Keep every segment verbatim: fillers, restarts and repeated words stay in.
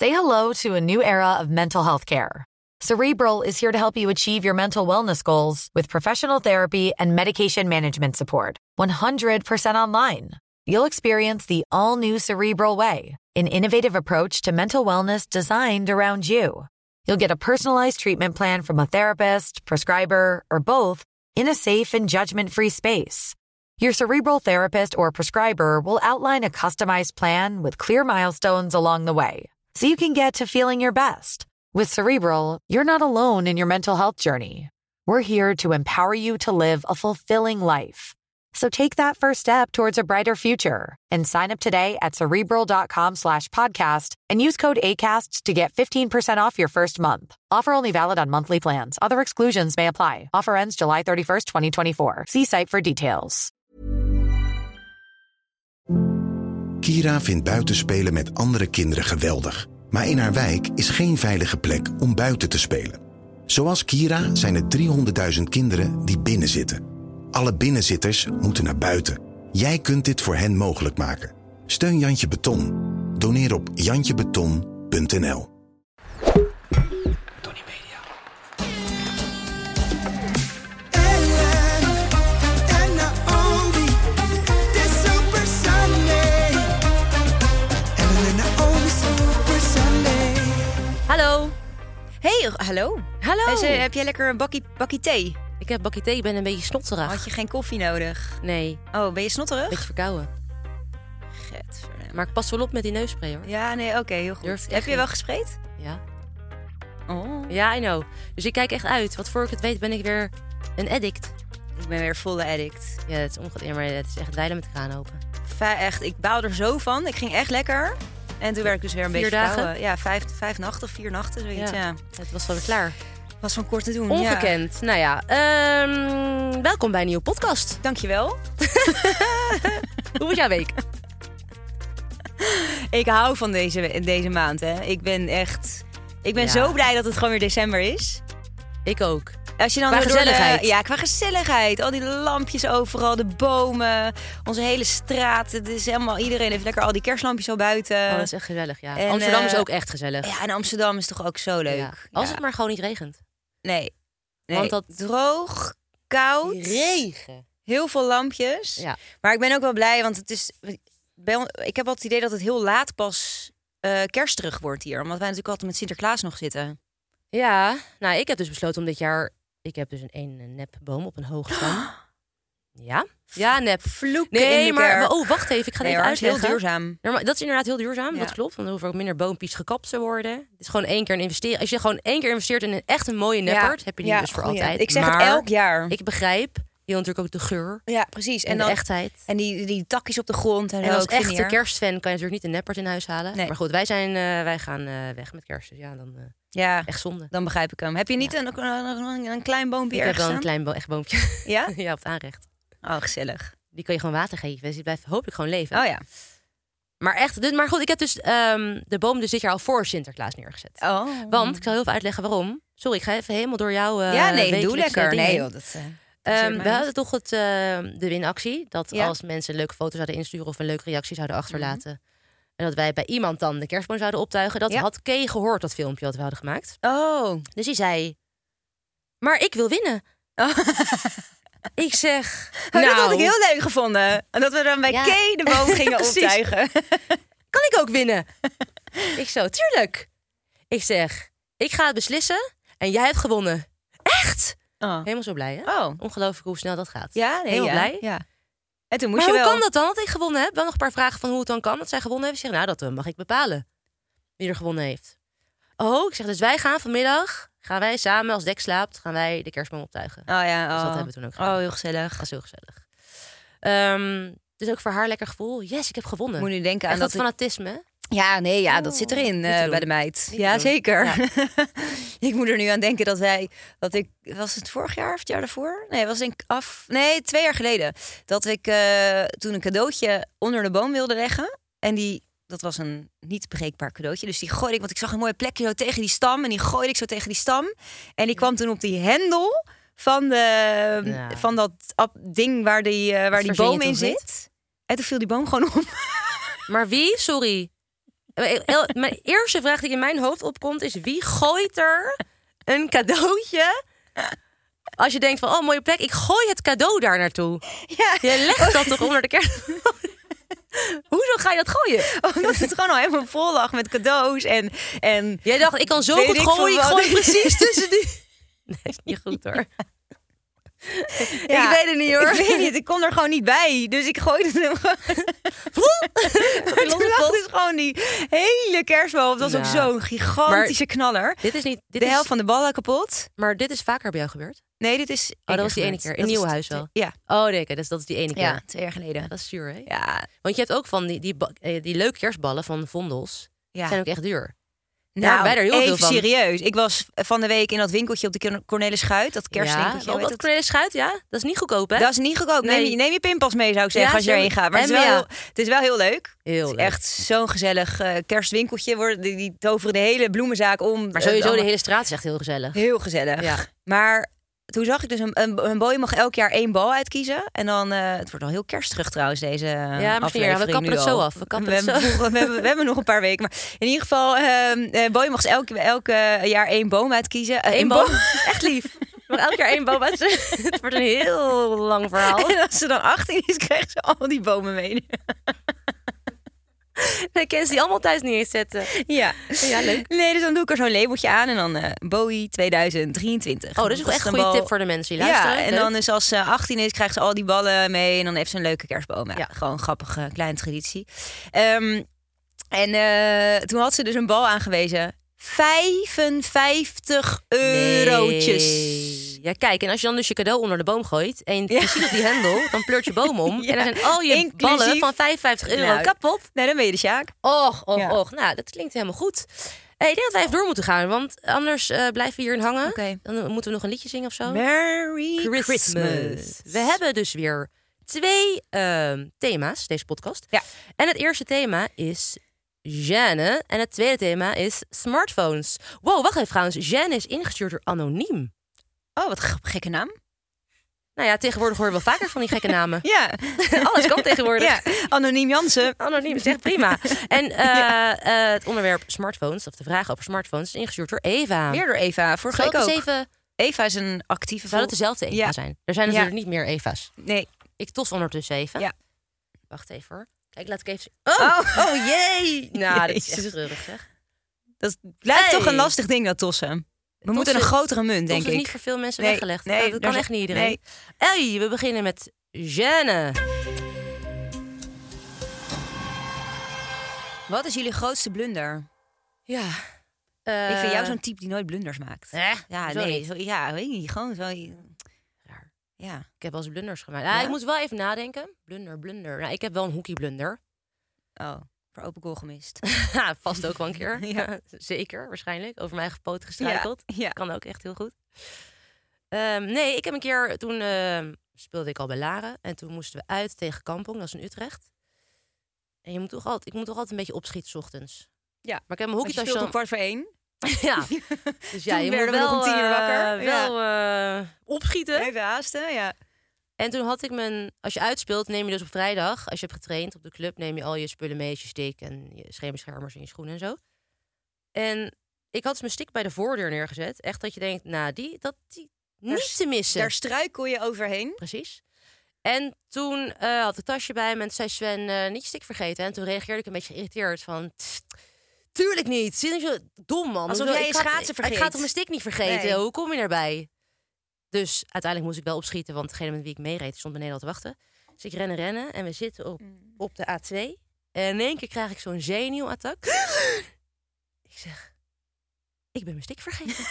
Say hello to a new era of mental health care. Cerebral is here to help you achieve your mental wellness goals with professional therapy and medication management support. one hundred percent online. You'll experience the all-new Cerebral Way, an innovative approach to mental wellness designed around you. You'll get a personalized treatment plan from a therapist, prescriber, or both in a safe and judgment-free space. Your Cerebral therapist or prescriber will outline a customized plan with clear milestones along the way, so you can get to feeling your best. With Cerebral, you're not alone in your mental health journey. We're here to empower you to live a fulfilling life. So take that first step towards a brighter future and sign up today at Cerebral.com slash podcast and use code ACAST to get fifteen percent off your first month. Offer only valid on monthly plans. Other exclusions may apply. Offer ends July thirty-first, twenty twenty-four. See site for details. Kira vindt buitenspelen met andere kinderen geweldig. Maar in haar wijk is geen veilige plek om buiten te spelen. Zoals Kira zijn er driehonderdduizend kinderen die binnenzitten. Alle binnenzitters moeten naar buiten. Jij kunt dit voor hen mogelijk maken. Steun Jantje Beton. Doneer op jantjebeton punt n l. Tony Media. Hallo. Hey, hallo. Hallo. Is, uh, heb jij lekker een bakkie, bakkie thee? Ik heb bakkie thee, ik ben een beetje snotterig. Had je geen koffie nodig? Nee. Oh, ben je snotterig? Beetje verkouden. Gadverdamme. Maar ik pas wel op met die neusspray, hoor. Ja, nee, oké, okay, heel goed. Durf ik Heb echt je wel niet. gespreid? Ja. Oh. Ja, I know. Dus ik kijk echt uit. Want voor ik het weet ben ik weer een addict. Ik ben weer volle addict. Ja, het is onge... ja, maar het is echt dweilen met de kraan open. Va- echt, ik baal er zo van. Ik ging echt lekker. En toen werd ik dus weer een Vier beetje dagen? verkouden. Ja, vijf, vijf nachten, vier nachten, zoiets, ja. Ja. Het was wel weer klaar. Was van kort te doen, Ongekend. Nou ja, um, welkom bij een nieuwe podcast. Ja. Dankjewel. Hoe was jouw week? Ik hou van deze, deze maand, hè. Ik ben echt... Ik ben Ja. zo blij dat het gewoon weer december is. Ik ook. Als je dan Qua door de- gezelligheid. ja, qua gezelligheid. Al die lampjes overal, de bomen, onze hele straat. Het is helemaal, iedereen heeft lekker al die kerstlampjes al buiten. Oh, dat is echt gezellig, ja. En, Amsterdam uh, is ook echt gezellig. Ja, en Amsterdam is toch ook zo leuk. Ja. Als Ja. het maar gewoon niet regent. Nee. nee. Want dat- Droog, koud, Regen. heel veel lampjes. Ja. Maar ik ben ook wel blij, want het is... bij on- Ik heb wel het idee dat het heel laat pas uh, kerstig wordt hier. Omdat wij natuurlijk altijd met Sinterklaas nog zitten. Ja, nou, ik heb dus besloten om dit jaar... Ik heb dus een, een nepboom op een hoge stam. Ja? Ja, nep. Vloeken Nee, in de maar... kerk. Oh, wacht even. Ik ga het Nee, even hoor, het is heel uitleggen. duurzaam. Ja, maar dat is inderdaad heel duurzaam, Ja. dat klopt. Want er hoeven ook minder boompjes gekapt te worden. Het is gewoon één keer een investering. Als je gewoon één keer investeert in een echt een mooie neppert... heb je die Ja, dus voor goeie. altijd. Ik zeg maar het elk jaar. ik begrijp, je wil natuurlijk ook de geur Ja, precies. en, En, de dan, echtheid. en die, die takjes op de grond. En, En zo, als ik vind echte hier. kerstfan kan je natuurlijk niet een neppert in huis halen. Nee. Maar goed, wij, zijn, uh, wij gaan uh, weg met kerst. Dus ja, dan uh, Ja, echt zonde. dan begrijp ik hem. Heb je niet Ja. een, een, een klein boompje Ik heb ergens wel een staan? klein bo- echt boompje. Ja? Ja, op het aanrecht. Oh, gezellig. Die kan je gewoon water geven. Dus die blijft hopelijk gewoon leven. Oh ja. Maar echt, dus, maar goed, ik heb dus um, de boom dus dit jaar al voor Sinterklaas neergezet. Oh. Want, ik zal heel even uitleggen waarom. Sorry, ik ga even helemaal door jou uh, ja, nee, doe wekelijkse lekker. dingen Nee, heen. joh, dat, uh, Um, we hadden toch het, uh, de winactie. Dat Ja. als mensen leuke foto's zouden insturen of een leuke reactie zouden achterlaten. Mhm. En dat wij bij iemand dan de kerstboom zouden optuigen. Dat Ja. had Kay gehoord, dat filmpje wat we hadden gemaakt. Oh. Dus die zei, maar ik wil winnen. Oh. Ik zeg, Oh, nou, dat had ik heel leuk gevonden. En dat we dan bij Ja. Kay de boom gingen Precies. optuigen. kan ik ook winnen? Ik zo, tuurlijk. Ik zeg, ik ga het beslissen en jij hebt gewonnen. Echt? Oh. Helemaal zo blij, hè? Oh. Ongelooflijk hoe snel dat gaat. Ja, nee, Heel ja. blij. Ja. En toen moest Maar je hoe wel... kan dat dan, dat ik gewonnen heb? Wel nog een paar vragen van hoe het dan kan dat zij gewonnen heeft. Ik zeg, nou, dat uh, mag ik bepalen. Wie er gewonnen heeft. Oh, ik zeg, dus wij gaan vanmiddag, gaan wij samen als Dek slaapt, gaan wij de kerstboom optuigen. Oh ja, oh. Dus dat hebben we toen ook gedaan. Oh, heel gezellig. Dat was heel gezellig. Um, dus ook voor haar lekker gevoel. Yes, ik heb gewonnen. Moet nu denken aan Echt dat dat ik... fanatisme, hè? Ja, nee, ja, dat Oh, zit erin niet te uh, doen. bij de meid. Niet te Ja, doen. zeker. Ja. Ik moet er nu aan denken dat wij, dat ik, was het vorig jaar of het jaar daarvoor? Nee, was denk ik af, nee, twee jaar geleden. Dat ik uh, toen een cadeautje onder de boom wilde leggen. En die, dat was een niet breekbaar cadeautje. Dus die gooide ik, want ik zag een mooie plekje zo tegen die stam. En die gooide ik zo tegen die stam. En die kwam toen op die hendel van, de, Ja. van dat ap- ding waar die, uh, waar die verzin je boom in toch niet? zit. En toen viel die boom gewoon om. Maar wie? Sorry. Heel- Mijn eerste vraag die in mijn hoofd opkomt is... wie gooit er een cadeautje... als je denkt van, oh, mooie plek... ik gooi het cadeau daar naartoe. Ja. Je legt dat toch onder de kerst... Hoezo ga je dat gooien? Omdat het gewoon al helemaal vol lag met cadeaus. En, en Jij dacht, ik kan zo Weet goed ik gooien. Ik veel wat. gooi precies tussen die... Nee, is niet goed hoor. ja, ik weet het niet hoor. Ik weet niet, ik kon er gewoon niet bij. Dus ik gooide hem gewoon. Maar toen lag dus gewoon die hele kerstboom. Dat was Ja. ook zo'n gigantische knaller. Dit is niet... Dit De is, helft van de ballen kapot. Maar dit is vaker bij jou gebeurd? Nee, dit is... Oh, dat was die ene keer. In nieuw huis wel. Ja, Oh nee, oké, dus dat is die ene keer. ja, twee jaar geleden. Dat is zuur, hè? Ja, Want je hebt ook van die, die, ba- eh, die leuke kerstballen van Vondels. ja. Zijn ook echt duur. Nou, wij er heel veel even van. serieus. Ik was van de week in dat winkeltje op de Cornelis Schuit. Dat kerstwinkeltje. Ja, hoe heet dat het? Cornelis Schuit, ja. Dat is niet goedkoop, hè? Dat is niet goedkoop. Nee. Neem, je, neem je pinpas mee, zou ik zeggen, Ja, als je zo- erheen gaat. Maar het is, en wel ja. heel, het is wel heel leuk. Heel Het is leuk. echt zo'n gezellig eh, kerstwinkeltje. Worden- Die, die toveren de hele bloemenzaak om. Maar Eh, sowieso, de allemaal- hele straat is echt heel gezellig. Heel gezellig. Ja. Maar toen zag ik dus een, een, een boy mag elk jaar één bal uitkiezen. En dan, eh, het wordt al heel kerstig trouwens, deze Ja, aflevering misschien ja, we kappen nu het zo al. af. We kappen we, het zo. hebben, vroeger- we, hebben, we hebben nog een paar weken. Maar in ieder geval, eh, eh, boy mag elk, elk eh, jaar één boom uitkiezen. Eh, Eén één boom? Echt lief. Maar elk jaar één boom uit. Het wordt een heel lang verhaal. En als ze dan achttien is, krijgen ze al die bomen mee. Dan kunnen ze die allemaal thuis niet eens zetten. Ja. Ja, leuk. Nee, dus dan doe ik er zo'n labeltje aan en dan eh Bowie tweeduizend drieëntwintig. Oh, dat is wel echt een een goede bal- tip voor de mensen die luisteren. Ja, en Leuk. dan is als ze achttien is, krijgt ze al die ballen mee en dan heeft ze een leuke kerstboom. Ja, Ja. Gewoon een grappige kleine traditie. Ehm, en eh, toen had ze dus een bal aangewezen. vijfenvijftig eurotjes. Nee. Ja, kijk, en als je dan dus je cadeau onder de boom gooit en je Ja. ziet op die hendel, dan pleurt je boom om. Ja. En dan zijn al je Inclusief- ballen van vijfenvijftig euro Nou, kapot. Nee, dan ben je de Sjaak. Och, och, Ja. och. Nou, dat klinkt helemaal goed. Hey, ik denk dat wij even door moeten gaan, want anders eh, blijven we hierin hangen. Oké. Dan moeten we nog een liedje zingen of zo. Merry Christmas. Christmas. We hebben dus weer twee ehm, thema's, deze podcast. Ja. En het eerste thema is gêne. En het tweede thema is smartphones. Wow, wacht even trouwens. Gêne is ingestuurd door Anoniem. Oh, wat een gekke naam. Nou ja, tegenwoordig horen we wel vaker van die gekke namen. Ja. Alles kan tegenwoordig. Ja, Anoniem Jansen. Anoniem is echt prima. En eh, eh, het onderwerp smartphones, of de vraag over smartphones, is ingestuurd door Eva. Weer door Eva. Vorige Zal ik week eens ook. even... Eva is een actieve Zou het vol- dezelfde Eva Ja. zijn? Er zijn Ja. natuurlijk niet meer Eva's. Nee. Ik tos ondertussen even. Ja. Wacht even hoor. Kijk, laat ik even... Oh, oh, jee! Nou, dat is echt Jezus. treurig zeg. Dat blijft Hey. toch een lastig ding, dat tossen. We moeten een grotere munt, denk Dat is ik. niet voor veel mensen Nee, weggelegd. nee, Nou, dat daar kan is- echt niet iedereen. nee. Hey, we beginnen met gêne. Wat is jullie grootste blunder? Ja. ik vind jou Eh, zo'n type die nooit blunders maakt. Eh, Ja, zo nee. niet. Zo, ja, weet je niet. Gewoon zo... Raar. Ja. Ik heb wel eens blunders gemaakt. Ah, Ja? ik moet wel even nadenken. Blunder, blunder. Nou, ik heb wel een hoekie blunder. Oh, voor open goal gemist. Ja, vast ook wel een keer. Ja. Zeker, waarschijnlijk. Over mijn eigen poot gestruikeld. Ja. Kan ook echt heel goed. Ehm, nee, ik heb een keer... Toen ehm, speelde ik al bij Laren. En toen moesten we uit tegen Kampong. Dat is in Utrecht. En je moet toch altijd, ik moet toch altijd een beetje opschieten 's ochtends. Ja. Maar ik heb mijn Want je hockeytasje speelt om dan... kwart voor één. Ja. Dus ja, Toen je werden moet we wel, nog om tien uur wakker. eh, wel eh, opschieten. Even haasten, ja. En toen had ik mijn... Als je uitspeelt, neem je dus op vrijdag... Als je hebt getraind op de club, neem je al je spullen mee. Je stick en je schermbeschermers en je schoenen en zo. En ik had dus mijn stick bij de voordeur neergezet. Echt dat je denkt, nou, die, dat, die niet te missen. Daar struikel je overheen. Precies. En toen eh, had ik het tasje bij me en toen zei Sven, eh, niet je stick vergeten. En toen reageerde ik een beetje geïrriteerd van... "Tss, tuurlijk niet. Zie je dom, man. Alsof Ik jij wil- je ik ga- schaatsen Ik vergeet. ga toch mijn stick niet vergeten? Nee. Hoe kom je erbij? Dus uiteindelijk moest ik wel opschieten, want degene met wie ik meereed die stond beneden al te wachten. Dus ik rennen, rennen en we zitten op, op de A twee. En in één keer krijg ik zo'n zenuwattack. Ik zeg, ik ben mijn stick vergeten.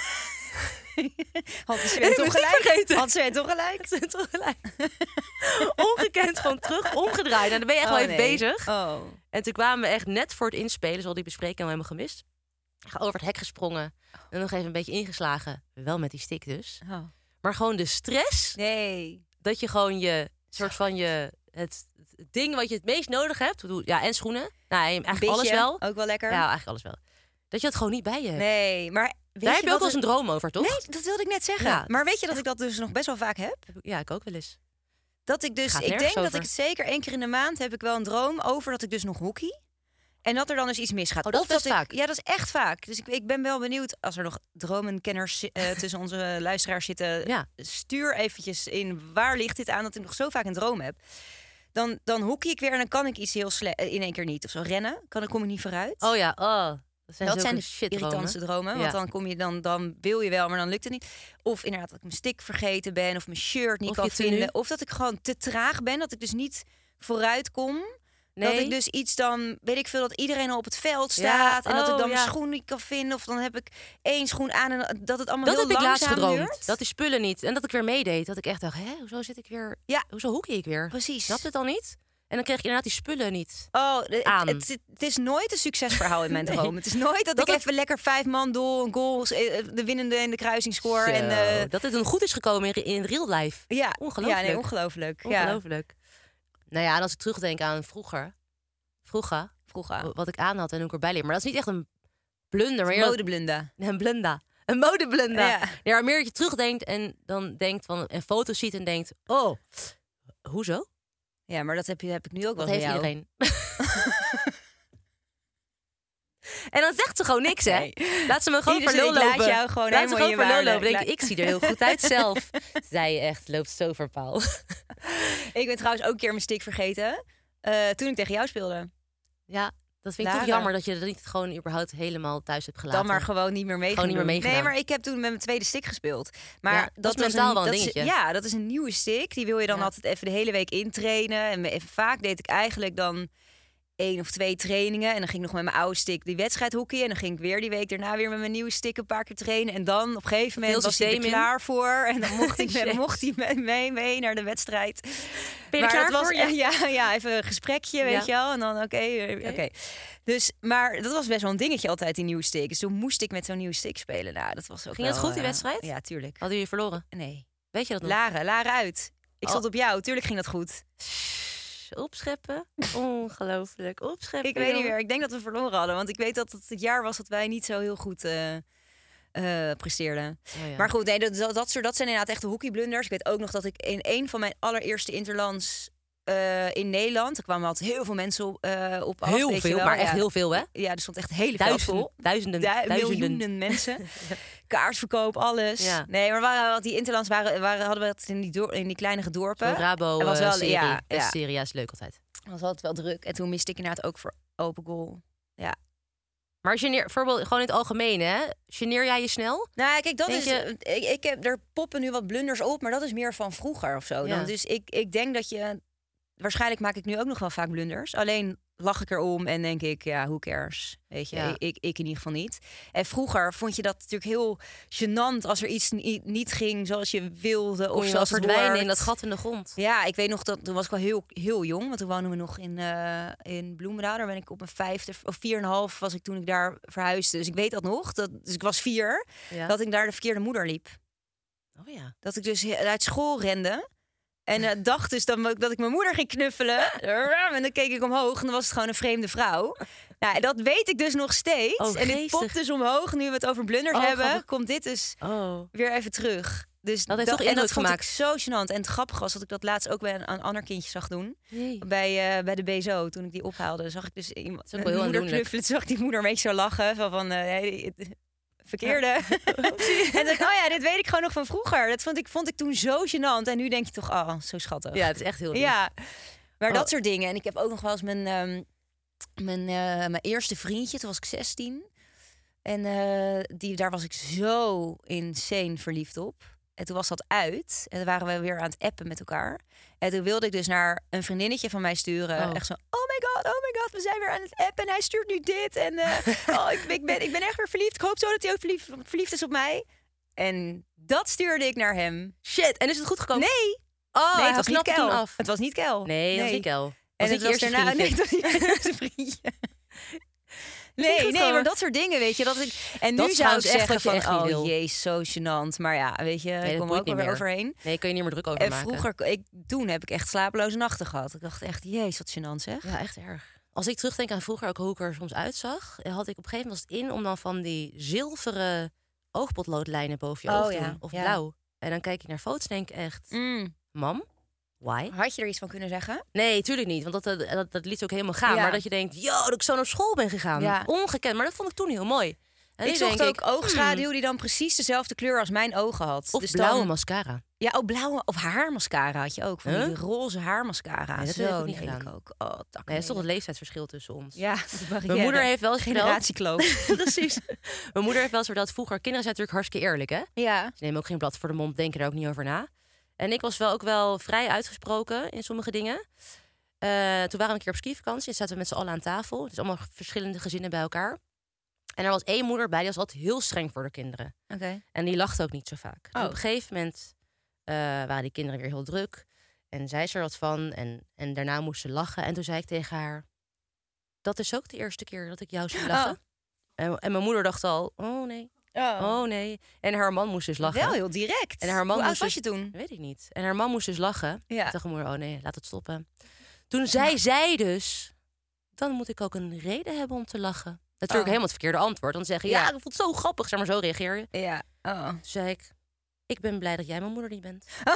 Had de Ik Sven ben toch mijn stick gelijk? vergeten. Had Sven toch gelijk? Ik zit toch gelijk. Ongekend gewoon terug, omgedraaid. Nou, dan ben je echt wel Oh, even nee. bezig. Oh. En toen kwamen we echt net voor het inspelen, zal die bespreken en we helemaal gemist. Ik ga over het hek gesprongen en nog even een beetje ingeslagen. Wel met die stick dus. Oh. Maar gewoon de stress Nee. dat je gewoon je soort van je het, het ding wat je het meest nodig hebt. Ik bedoel, ja, en schoenen. Nou, eigenlijk alles Beetje, wel. Ook wel lekker. Ja, eigenlijk alles wel. Dat je het gewoon niet bij je hebt. Nee, maar weet Daar heb je ook wat wel eens een het- droom over, toch? Nee, dat wilde ik net zeggen. Ja, maar dat weet je dat ik dat dus nog best wel vaak heb? Ja, ik ook wel eens. Dat ik dus, Gaat ik denk nergens dat over. ik zeker één keer in de maand heb ik wel een droom over dat ik dus nog hockey. En dat er dan dus iets misgaat. Oh, dat of is best dat ik, vaak. Ja, dat is echt vaak. Dus ik, ik ben wel benieuwd als er nog dromenkenners uh, tussen onze luisteraars zitten. Ja. Stuur eventjes in waar ligt dit aan dat ik nog zo vaak een droom heb. Dan, dan hockey ik weer en dan kan ik iets heel slecht in één keer niet. Of zo rennen, kan, dan kom ik niet vooruit. Oh ja, oh. Dat zijn, dat zijn de shit irritantste dromen. Want Ja. dan kom je dan, dan wil je wel, maar dan lukt het niet. Of inderdaad dat ik mijn stick vergeten ben of mijn shirt niet Of kan je tenue. vinden. Of dat ik gewoon te traag ben, dat ik dus niet vooruit kom. Nee. Dat ik dus iets dan, weet ik veel, dat iedereen al op het veld Ja, staat. En dat ik oh, dan mijn ja. schoen niet kan vinden. Of dan heb ik één schoen aan en dat het allemaal Dat heel heb ik laatst langzaam gedroomd. duurt. Dat die spullen niet. En dat ik weer meedeed. Dat ik echt dacht, hè, hoezo zit ik weer... Ja. Hoezo hockey ik weer? Precies. Snap je het al niet? En dan kreeg je inderdaad die spullen niet. Oh, de- Aan. Het, het, het is nooit een succesverhaal in mijn Nee. droom. Het is nooit dat, Dat ik het- even lekker vijf man door een goal, eh, de winnende in de kruising score. Zo, En, eh, dat het dan goed is gekomen in, in real life. ja, Ongelooflijk. Ja, nee, ongelooflijk. Ja. Ongelooflijk. Nou ja, en als ik terugdenk aan vroeger. Vroeger. Vroeger. Wat ik aan had en hoe ik erbij leer. Maar dat is niet echt een blunder. Maar eerder- Modeblunda. een blunda. Een modeblunda. Ja. Ja, maar meer dat je terugdenkt en dan denkt van... En foto's ziet en denkt... Oh, hoezo? Ja, maar dat heb, je, heb ik nu ook wel Dat bij heeft jou. iedereen. En dan zegt ze gewoon niks, hè? Nee. Laat ze me gewoon Zie, dus voor lul ik laat lopen. jou gewoon Laat ze helemaal gewoon in je voor lul waarde. lopen. Denk ik, ik zie er heel goed uit zelf. Zij echt loopt zo verpaal. Ik ben trouwens ook een keer mijn stick vergeten. eh, toen ik tegen jou speelde. Ja, dat vind ik toch Lara. jammer dat je dat niet gewoon überhaupt helemaal thuis hebt gelaten. Dan maar gewoon niet meer mee. Gewoon niet meer doen. meegedaan. Nee, maar ik heb toen met mijn tweede stick gespeeld. Maar Ja, dat is was mentaal wel een dat is- dingetje. ja, dat is een nieuwe stick. Die wil je dan Ja. altijd even de hele week intrainen. En even, vaak deed ik eigenlijk dan één of twee trainingen. En dan ging ik nog met mijn oude stick die wedstrijd hockeyen. En dan ging ik weer die week daarna weer met mijn nieuwe stick een paar keer trainen. En dan op een gegeven moment Veel was hij er systeem in. klaar voor. En dan mocht, ik met, Shit. mocht hij met mee, mee naar de wedstrijd. Ben je er Maar klaar het was, voor? Ja, ja, ja, even een gesprekje, weet Ja. je wel. En dan oké, eh, oké. Dus, maar dat was best wel een dingetje altijd, die nieuwe stick. Dus toen moest ik met zo'n nieuwe stick spelen. Nou, dat was ook Ging het wel, goed, die eh, wedstrijd? Ja, tuurlijk. Hadden jullie verloren? Nee. Weet je dat nog? Laren, Laren uit. Ik stond Oh. op jou, tuurlijk ging dat goed. Opscheppen. Ongelooflijk. Opscheppen. Ik weet niet joh. meer, ik denk dat we verloren hadden. Want ik weet dat het het jaar was dat wij niet zo heel goed eh, eh, presteerden. Oh ja. Maar goed, nee, dat, dat, dat, soort, dat zijn inderdaad echte hockeyblunders. Ik weet ook nog dat ik in een van mijn allereerste interlands eh, in Nederland... er kwamen altijd heel veel mensen op, eh, op af. heel weet je veel, wel. maar echt Ja. heel veel, hè? Ja, er stond echt hele veel vol. Duizenden, duizenden, Du- duizenden. miljoenen mensen. Kaartverkoop, alles. Ja. Nee, maar waren, die interlands waren, waren, hadden we het in die, door, in die kleinere dorpen. Zo'n Rabo Er was eh, wel- serie. ja, Beste ja. serie, ja, is leuk altijd. was altijd wel druk. En toen miste ik inderdaad ook voor open goal. Maar geneer, bijvoorbeeld gewoon in het algemeen, hè? Geneer jij je snel? Nou, kijk, dat Denk is. je- Ik, ik heb, er poppen nu wat blunders op, maar dat is meer van vroeger of zo. Ja. Dan, dus ik, ik denk dat je. Waarschijnlijk maak ik nu ook nog wel vaak blunders. Alleen lach ik erom en denk ik, ja, who cares? Weet je, Ja. ik, ik, ik in ieder geval niet. En vroeger vond je dat natuurlijk heel gênant als er iets ni- niet ging zoals je wilde. Kon Of je wel zoals het verdwijnen hoort. in dat gat in de grond? Ja, ik weet nog dat toen was ik wel heel, heel jong. Want toen woonden we nog in, eh in Bloemendaal. Daar ben ik op mijn vijfde of vier en een half was ik toen ik daar verhuisde. Dus ik weet dat nog. Dat, dus ik was vier. Ja. Dat ik daar de verkeerde moeder liep. Oh ja. Dat ik dus uit school rende. En eh, dacht dus dat, me- dat ik mijn moeder ging knuffelen. En dan keek ik omhoog en dan was het gewoon een vreemde vrouw. Nou, dat weet ik dus nog steeds. Oh, en dit geestig. popt dus omhoog. Nu we het over blunders Oh, hebben, grappig. komt dit dus Oh. weer even terug. Dus Dat heeft toch en indruk dat vond gemaakt. ik zo gênant. En het grappige was dat ik dat laatst ook bij een, een ander kindje zag doen. Nee. Bij, eh, bij de B S O, toen ik die ophaalde, zag ik dus iemand is ook een wel heel moeder aandoenlijk. knuffelen. Toen zag ik die moeder een beetje zo lachen. Zo van, eh, hey, het- verkeerde. en toen dacht ik, oh ja, dit weet ik gewoon nog van vroeger. Dat vond ik, vond ik toen zo gênant. En nu denk je toch, oh, zo schattig. Ja, het is echt heel lief. Ja, maar Oh. dat soort dingen. En ik heb ook nog wel eens mijn, ehm, mijn, eh, mijn eerste vriendje, toen was ik zestien. En eh, die, daar was ik zo insane verliefd op. En toen was dat uit. En toen waren we weer aan het appen met elkaar. En toen wilde ik dus naar een vriendinnetje van mij sturen. Oh. Echt zo, oh my god, oh my god, we zijn weer aan het appen. En hij stuurt nu dit. En eh, oh, ik, ik, ben, ik ben echt weer verliefd. Ik hoop zo dat hij ook verliefd, verliefd is op mij. En dat stuurde ik naar hem. Shit, en is het goed gekomen? Nee, Oh, nee hij het was niet knapte Kel. toen af. Het was niet Kel. Nee, dat was niet Kel. En Was het niet je was eerste daarna, nee, vriendje? het was niet mijn eerste vriendje. Nee, goed nee, gewoon. maar dat soort dingen, weet je. Dat ik, en Dat nu is zou ik trouwens echt zeggen wat je van, echt niet oh wil. jezus, zo gênant. Maar ja, weet je, dat ik kom er boeit ook niet wel weer meer. overheen. Nee, kun je niet meer druk over En maken. vroeger, ik, toen heb ik echt slapeloze nachten gehad. Ik dacht echt, jezus, wat gênant zeg. Ja, echt erg. Als ik terugdenk aan vroeger, ook hoe ik er soms uitzag, had ik op een gegeven moment was het in om dan van die zilveren oogpotloodlijnen boven je Oh, oog te ja, doen. Of ja. blauw. En dan kijk ik naar foto's en denk ik echt, Mm. mam, Why? Had je er iets van kunnen zeggen? Nee, tuurlijk niet. Want dat, dat, dat liet ze ook helemaal gaan. Ja. Maar dat je denkt, yo, dat ik zo naar school ben gegaan. Ja. Ongekend. Maar dat vond ik toen heel mooi. En Ik nu zocht denk ook oogschaduw die dan precies dezelfde kleur als mijn ogen had. Of Dus blauwe dan, mascara. Ja, oh, blauwe of haarmascara had je ook. Van Huh? die roze haarmascara. Nee, dat Zo heb ik niet lelijk gedaan. ook. Oh, tak, Nee, dat is toch het leeftijdsverschil tussen ons. Ja, Mijn moeder heeft wel eens verteld... generatiekloof. Precies. Mijn moeder heeft wel eens verteld, vroeger, kinderen zijn natuurlijk hartstikke eerlijk, hè? Ja. Ze nemen ook geen blad voor de mond, denken er ook niet over na. En ik was wel ook wel vrij uitgesproken in sommige dingen. Uh, toen waren we een keer op skivakantie en zaten we met z'n allen aan tafel. Het is allemaal verschillende gezinnen bij elkaar. En er was één moeder bij, die was altijd heel streng voor de kinderen. Oké. Okay. En die lachte ook niet zo vaak. Oh. Op een gegeven moment uh, waren die kinderen weer heel druk. En zei ze er wat van. En, en daarna moest ze lachen. En toen zei ik tegen haar... Dat is ook de eerste keer dat ik jou zie lachen. Oh. En, en mijn moeder dacht al... Oh nee. Oh. Oh nee. En haar man moest dus lachen. Wel heel direct. En haar man Hoe oud moest was je dus, toen? Weet ik niet. En haar man moest dus lachen. Ja. Toen dacht mijn moeder, oh nee, laat het stoppen. Toen zei ja. zij dus... Dan moet ik ook een reden hebben om te lachen. Natuurlijk oh. helemaal het verkeerde antwoord. Dan zeggen, ja, ja ik vond het zo grappig. Zeg maar, zo reageer je. Ja. Oh. Toen zei ik, ik ben blij dat jij mijn moeder niet bent. Oh.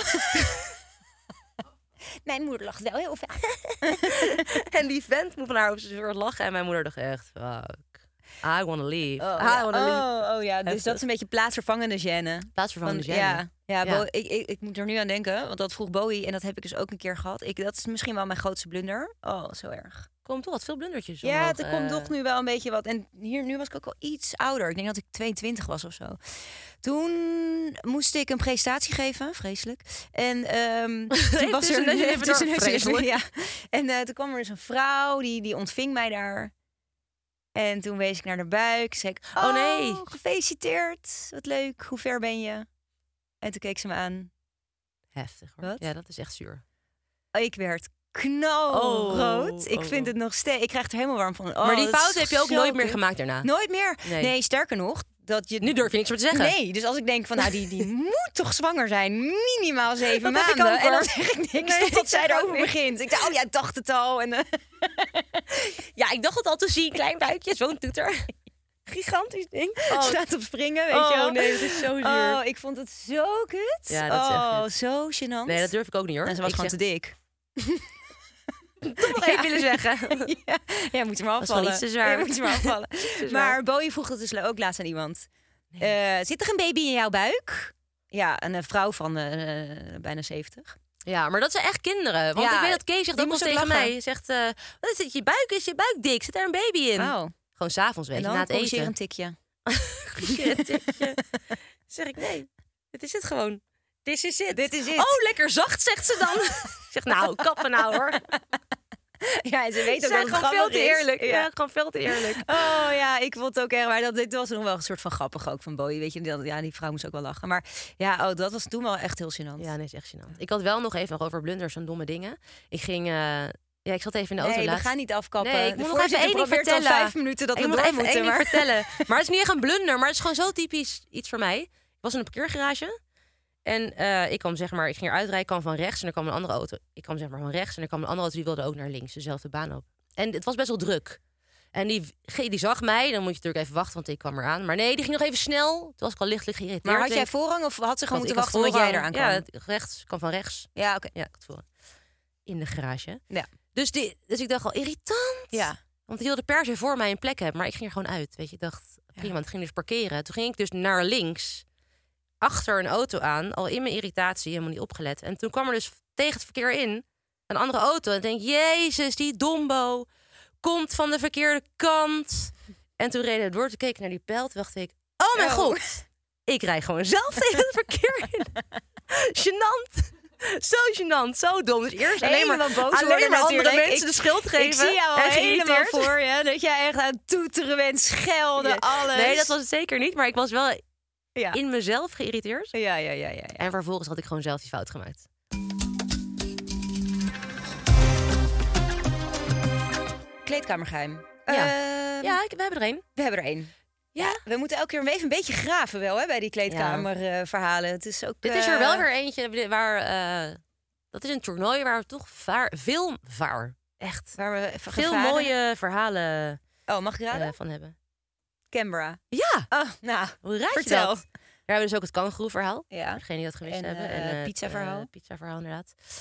Mijn moeder lacht wel heel vaak. En die vent moet van haar op zijn soort lachen. En mijn moeder dacht echt, fuck. I wanna leave. Oh, I ja. wanna leave. Oh, oh ja, dus Heftig. dat is een beetje plaatsvervangende gêne. Plaatsvervangende gêne. Ja, ja, Ja. Bo, ik, ik, ik moet er nu aan denken, want dat vroeg Bowie en dat heb ik dus ook een keer gehad. Ik, dat is misschien wel mijn grootste blunder. Oh, zo erg. Komt toch wat veel blundertjes Ja, omhoog, er komt uh... toch nu wel een beetje wat. En hier, nu was ik ook al iets ouder. Ik denk dat ik tweeëntwintig was of zo. Toen moest ik een presentatie geven, vreselijk. En um, toen was er even, even tussen- door, vreselijk. ja. En uh, toen kwam er dus een vrouw die, die ontving mij daar. En toen wees ik naar de buik. Zei ik, oh, Oh, nee. gefeliciteerd. Wat leuk. Hoe ver ben je? En toen keek ze me aan. Heftig hoor. Wat? Ja, dat is echt zuur. Ik werd knalrood. Oh, ik oh, vind oh. het nog steeds. Ik krijg er helemaal warm van. Oh, maar die dat is fout heb je ook zo nooit meer kut. gemaakt daarna. Nooit meer. Nee. Nee, sterker nog, dat je Nu durf je niks meer te zeggen. Nee, dus als ik denk van nou die, die moet toch zwanger zijn, minimaal zeven Dat heb ik maanden. ook, En dan hoor. zeg ik niks Nee, totdat ik zij zeg ook erover niks. begint. Ik dacht, oh ja, ik dacht het al. En, uh, Ja, ik dacht het al te zien. Klein buikje, zo'n toeter. Gigantisch ding. Oh, staat op springen, weet oh je wel. nee, dat is zo zuur. Oh, ik vond het zo kut. Ja, dat is echt oh, kut. zo gênant. Nee, dat durf ik ook niet hoor. En ze was Ik gewoon zeg, te dik. toch nog even willen zeggen. ja, ja, moet je maar Was afvallen. gewoon iets te zwaar. Ja, moet je maar afvallen. zwaar. Maar Bowie vroeg het dus ook laatst aan iemand. Uh, zit er een baby in jouw buik? Ja, een uh, vrouw van uh, bijna zeventig. Ja, maar dat zijn echt kinderen. Want Ja, ik weet dat Kees zegt die ook wel moest ook tegen lachen. mij. Hij zegt, uh, wat is het, je buik is je buik dik. Zit daar een baby in? Oh. Gewoon s'avonds, weet En je, dan na het corrigeer eten. een tikje. Corrigeer een tikje. Zeg ik, nee, dit is het gewoon. This is it. Dit is het. Oh, lekker zacht, zegt ze dan. Ik zeg, nou, kappen nou hoor. Ja, en ze weet Ze ook zijn dat het gewoon veel grappig te is. eerlijk. Ja. Ja. gewoon veel te eerlijk. Oh ja, ik vond het ook erg. Maar dat, dit was nog wel een soort van grappig ook van Bowie. Weet je, dat, ja, die vrouw moest ook wel lachen. Maar ja, oh, dat was toen wel echt heel gênant. Ja, nee, is echt gênant. Ik had wel nog even nog over blunders en domme dingen. Ik ging... Uh, ja, ik zat even in de auto Nee, we laatst. gaan niet afkappen. Nee, ik De moet nog even voorzitter één ding probeert al vertellen. vijf minuten dat ik we moet door even moeten. één ding Maar... vertellen. Maar het is niet echt een blunder, maar het is gewoon zo typisch iets voor mij. Ik was in een parkeergarage. En uh, ik kwam zeg maar, ik ging eruit rijden, ik kwam van rechts en er kwam een andere auto. Ik kwam zeg maar van rechts en er kwam een andere auto die wilde ook naar links, dezelfde baan op. En het was best wel druk. En die, die zag mij, dan moet je natuurlijk even wachten, want ik kwam eraan. Maar nee, die ging nog even snel. Toen was ik al lichtelijk geïrriteerd. maar had jij Denk, voorrang of had ze gewoon want moeten ik wachten had omdat jij voorrang. eraan kwam? Ja, rechts, ik kwam van rechts. Ja, oké. Ja, ik had voorrang. In de garage. Ja. Dus, die, dus ik dacht al, irritant. Ja. Want die wilde per se voor mij een plek hebben. Maar ik ging er gewoon uit. Weet je, ik dacht, prima, Ja. het ging dus parkeren. Toen ging ik dus naar links, achter een auto aan. Al in mijn irritatie, helemaal niet opgelet. En toen kwam er dus tegen het verkeer in een andere auto. En ik denk, jezus, die dombo komt van de verkeerde kant. En toen reden we door, toen keek ik naar die pijl. Toen dacht ik, oh mijn Oh. god, ik rijd gewoon zelf tegen het verkeer in. Gênant. Zo gênant, zo dom. Dus eerst alleen maar, Helemaal boos alleen worden maar andere natuurlijk. mensen Ik- de schuld geven. Ik zie jou al en helemaal geïrriteerd. voor je. Dat jij echt aan het toeteren bent, schelden, Ja. alles. Nee, dat was het zeker niet. Maar ik was wel Ja. in mezelf geïrriteerd. Ja, ja, ja, ja, ja. En vervolgens had ik gewoon zelf die fout gemaakt. Kleedkamergeheim. Ja. Ehm, Ja, ik, we hebben er één. We hebben er één. Ja? We moeten elke keer even een beetje graven wel hè, bij die kleedkamerverhalen. Het is ook. Dit is er eh, wel weer eentje waar... eh, dat is een toernooi waar we toch vaar, veel vaar, echt, waar we even veel gevaren. mooie verhalen Oh, mag ik raden? eh, van hebben. Canberra. Ja, Oh, nou, hoe raad je vertel. dat? Daar hebben we dus ook het kangoeroe-verhaal. Ja. Voor degenen die dat gemist En, hebben. eh, En pizza-verhaal. uh, pizza-verhaal, inderdaad.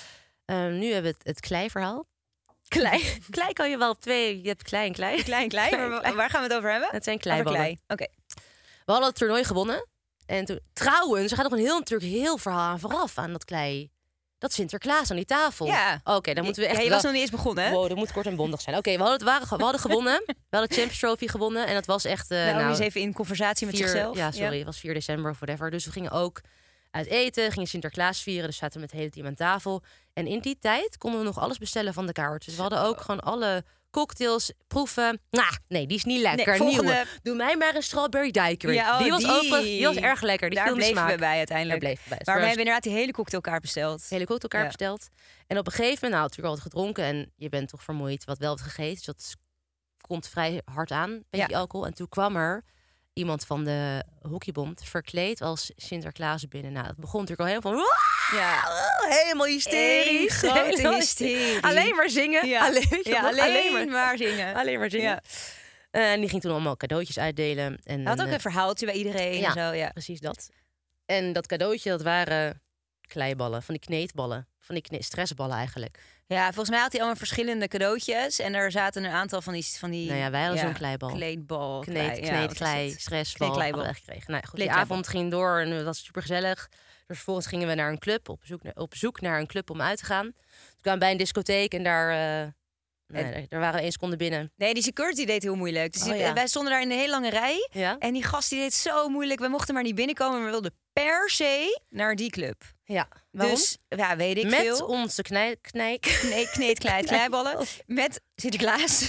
Um, nu hebben we het, het klei-verhaal. Klei. Klei kan je wel op twee... Je hebt klei en klei. Klein, klein. Maar waar gaan we het over hebben? Het zijn Over kleiballen. klei. Oké. Okay. We hadden het toernooi gewonnen. En toen, trouwens, er gaat nog een heel, natuurlijk heel verhaal aan vooraf aan dat klei. Dat Sinterklaas aan die tafel. Ja. Oké, okay, dan moeten we echt... Ja, je wel... was nog niet eens begonnen, hè? Wow, dat moet kort en bondig zijn. Oké, okay, we, hadden, we hadden gewonnen. We hadden de Champions Trophy gewonnen. En dat was echt... Uh, nou, nou, eens even in conversatie met vier, zichzelf. Ja, sorry. Ja. Het was vier december of whatever. Dus we gingen ook uit eten. Gingen Sinterklaas vieren. Dus zaten we met het hele team aan tafel. En in die tijd konden we nog alles bestellen van de kaart. Dus we hadden ook gewoon alle cocktails proeven. Nou, nee, die is niet lekker. Nee, volgende... Nieuwe. Doe mij maar een strawberry daiquiri. Ja, oh, die, was die. Over, die was erg lekker. Die Daar viel me bleven smaak. we bij uiteindelijk. Daar bleven we bij. Maar we First. hebben inderdaad die hele cocktailkaart besteld. De hele cocktailkaart ja. besteld. En op een gegeven moment, nou, natuurlijk altijd gedronken. En je bent toch vermoeid. Wat wel wat gegeten. Dus dat komt vrij hard aan, beetje Ja. die alcohol. En toen kwam er iemand van de hockeybond verkleed als Sinterklaas binnen. Nou, het begon natuurlijk al helemaal van... Ja. Helemaal hysterisch. Eén grote Helemaal hysterie. Alleen maar zingen. Ja. Alleen, weet je Ja, nog? alleen, alleen maar, maar zingen. alleen maar zingen. Ja. Uh, en die ging toen allemaal cadeautjes uitdelen. En Hij had ook uh, een verhaaltje bij iedereen ja, en zo, ja. precies dat. En dat cadeautje, dat waren kleiballen. Van die kneedballen. Van die kne- stressballen eigenlijk. Ja, volgens mij had hij allemaal verschillende cadeautjes. En er zaten een aantal van die... Van die Nou ja, wij hadden ja, zo'n kleibal. Kleedbal. Kneed, klei, ja, kneed, wat is klei, het? stressbal. Kneedkleibal. Hadden we echt gekregen. Nou ja, goed, die Kneedkleibal. avond ging door en het was super gezellig. Dus vervolgens gingen we naar een club. Op zoek naar, op zoek naar een club om uit te gaan. Toen kwamen we bij een discotheek en daar... Uh, nee, en... daar waren we één seconde binnen. Nee, die security deed heel moeilijk. Dus Oh, die, ja. wij stonden daar in een hele lange rij. Ja? En die gast die deed zo moeilijk. We mochten maar niet binnenkomen. Maar we wilden per se naar die club. Ja. Waarom? Dus, ja, weet ik Met veel. onze knij, knij... Nee, kneedkleid, kleiballen. Met Sinterklaas.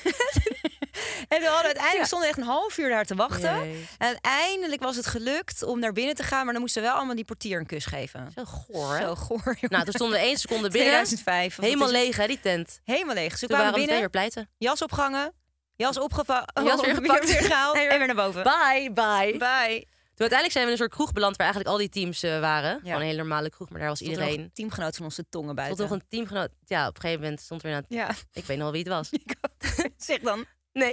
En we hadden uiteindelijk Ja. stonden echt een half uur daar te wachten. Jezus. En uiteindelijk was het gelukt om naar binnen te gaan. Maar dan moesten we wel allemaal die portier een kus geven. Zo goor, hè? Zo goor. jongen. Nou, toen stonden we één seconde binnen. tweeduizend vijf. of wat Helemaal is het? leeg, hè, die tent. Helemaal leeg. Dus we Toen kwamen waren we meteen binnen, weer pleiten. jas opgehangen, jas opgepakt, Jas weer gepakt. weer gehaald En en weer- weer naar boven. Bye, bye. Bye. Toen uiteindelijk zijn we in een soort kroeg beland waar eigenlijk al die teams uh, waren. Ja. Gewoon een hele normale kroeg, maar daar was Stond er nog iedereen. een teamgenoot van ons de tongen Tot buiten. nog een teamgenoot. Ja, op een gegeven moment stond er inderdaad... Ja, Ik weet nog wel wie het was. zeg dan. Nee.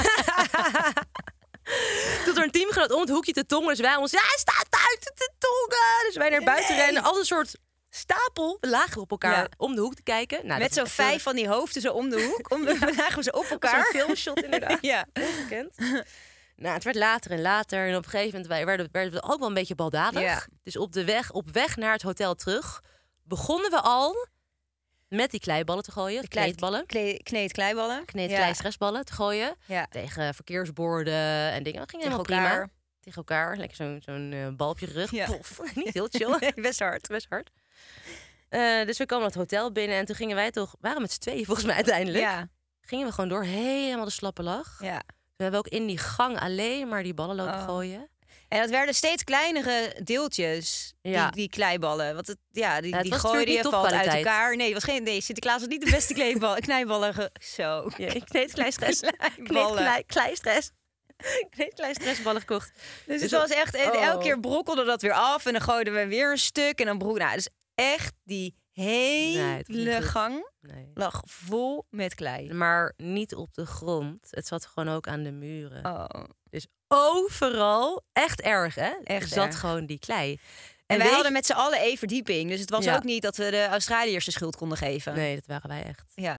Tot er een teamgenoot om het hoekje te tongen. Dus wij ons, ja, hij staat buiten te tongen. Dus wij naar buiten Nee. rennen. Al een soort stapel. We lagen op elkaar Ja. om de hoek te kijken. Nou, Met dat zo'n was echt vijf van die hoofden zo om de hoek. Om de, we lagen ze op elkaar. Zo'n filmshot inderdaad. Ja. Ongekend. Nou, het werd later en later. En op een gegeven moment wij werden, werden we ook wel een beetje baldadig. Ja. Dus op, de weg, op weg naar het hotel terug begonnen we al met die kleiballen te gooien. klei- Kneedballen. Kle- Kneed kleiballen. Kneed, Ja. klei, stressballen te gooien. Ja. Tegen verkeersborden en dingen. Dat ging Tegen helemaal elkaar. prima. Tegen elkaar. Lekker zo'n zo'n uh, bal op je rug. Ja. Pof. Niet heel chill. Nee, best hard. Best hard. Uh, dus we kwamen het hotel binnen en toen gingen wij toch... waren met z'n tweeën volgens mij uiteindelijk. Ja. Gingen we gewoon door helemaal de slappe lach. Ja. We hebben ook in die gang alleen maar die ballen lopen Oh. gooien. En dat werden steeds kleinere deeltjes, Ja. die, die kleiballen. Want het, ja, die, Ja, het die was gooide natuurlijk je, niet valt uit topkwaliteit. elkaar. Nee, het was geen, nee, Sinterklaas was niet de beste kleiballen. knijballen. Ge- Zo. Ja, ik kneed klei stress. Kneed Kleiballen. klei, klei stress. Kneed klei stressballen gekocht. Dus het Dus was echt, en oh. elke keer brokkelde dat weer af. En dan gooiden we weer een stuk. En dan broek. Nou, dus echt die Nee, hele het was niet goed. gang Nee. lag vol met klei. Maar niet op de grond. Het zat gewoon ook aan de muren. Oh. Dus overal, echt erg hè, Echt zat erg. gewoon die klei. En, En wij weet hadden met z'n allen één verdieping. Dus het was Ja. ook niet dat we de Australiërs de schuld konden geven. Nee, dat waren wij echt. Ja.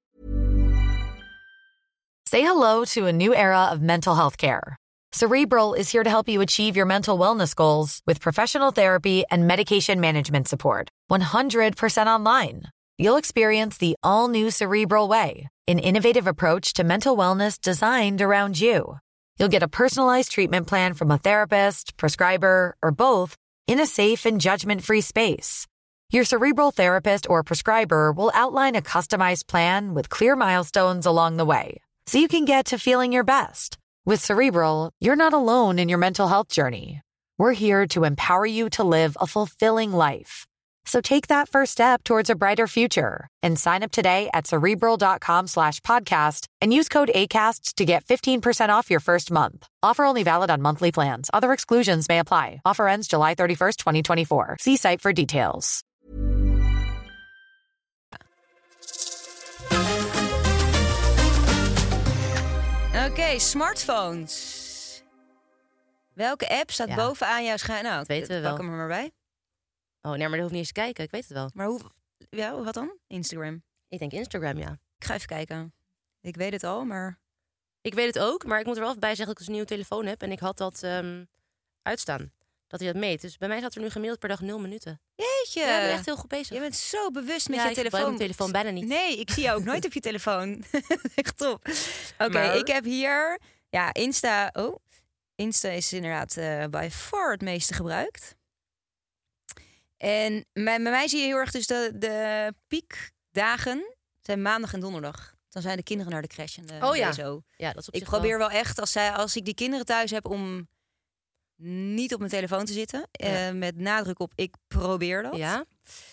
Say hello to a new era of mental health care. Cerebral is here to help you achieve your mental wellness goals with professional therapy and medication management support. one hundred percent online. You'll experience the all-new Cerebral Way, an innovative approach to mental wellness designed around you. You'll get a personalized treatment plan from a therapist, prescriber, or both in a safe and judgment-free space. Your Cerebral therapist or prescriber will outline a customized plan with clear milestones along the way, so you can get to feeling your best. With Cerebral, you're not alone in your mental health journey. We're here to empower you to live a fulfilling life. So take that first step towards a brighter future and sign up today at Cerebral.com slash podcast and use code ACAST to get fifteen percent off your first month. Offer only valid on monthly plans. Other exclusions may apply. Offer ends July thirty-first, twenty twenty-four. See site for details. Oké, okay, smartphones. Welke app staat Ja. bovenaan jouw scherm? Nou, Dat weten we pak wel. hem er maar bij. Oh nee, maar dat hoeft niet eens te kijken. Ik weet het wel. Maar hoe Ja, wat dan? Instagram. Ik denk Instagram, ja. Ik ga even kijken. Ik weet het al, maar... Ik weet het ook, maar ik moet er wel even bij zeggen dat ik dus een nieuwe telefoon heb. En ik had dat um, uitstaan. Dat hij dat meet. Dus bij mij staat er nu gemiddeld per dag nul minuten. Jeetje. Ja, ik ben echt heel goed bezig. Je bent zo bewust met ja, je ik telefoon. gebruik mijn telefoon bijna niet. Nee, ik zie jou ook nooit op je telefoon. Echt top. Oké, okay, maar... ik heb hier... Ja, Insta... Oh, Insta is inderdaad uh, by far het meeste gebruikt. En bij, bij mij zie je heel erg dus de, de piekdagen zijn maandag en donderdag. Dan zijn de kinderen naar de crash en de oh ja. zo. Ja, dat is op ik probeer wel. wel echt, als, zij, als ik die kinderen thuis heb, om niet op mijn telefoon te zitten. Ja. Uh, met nadruk op, ik probeer dat. Ja.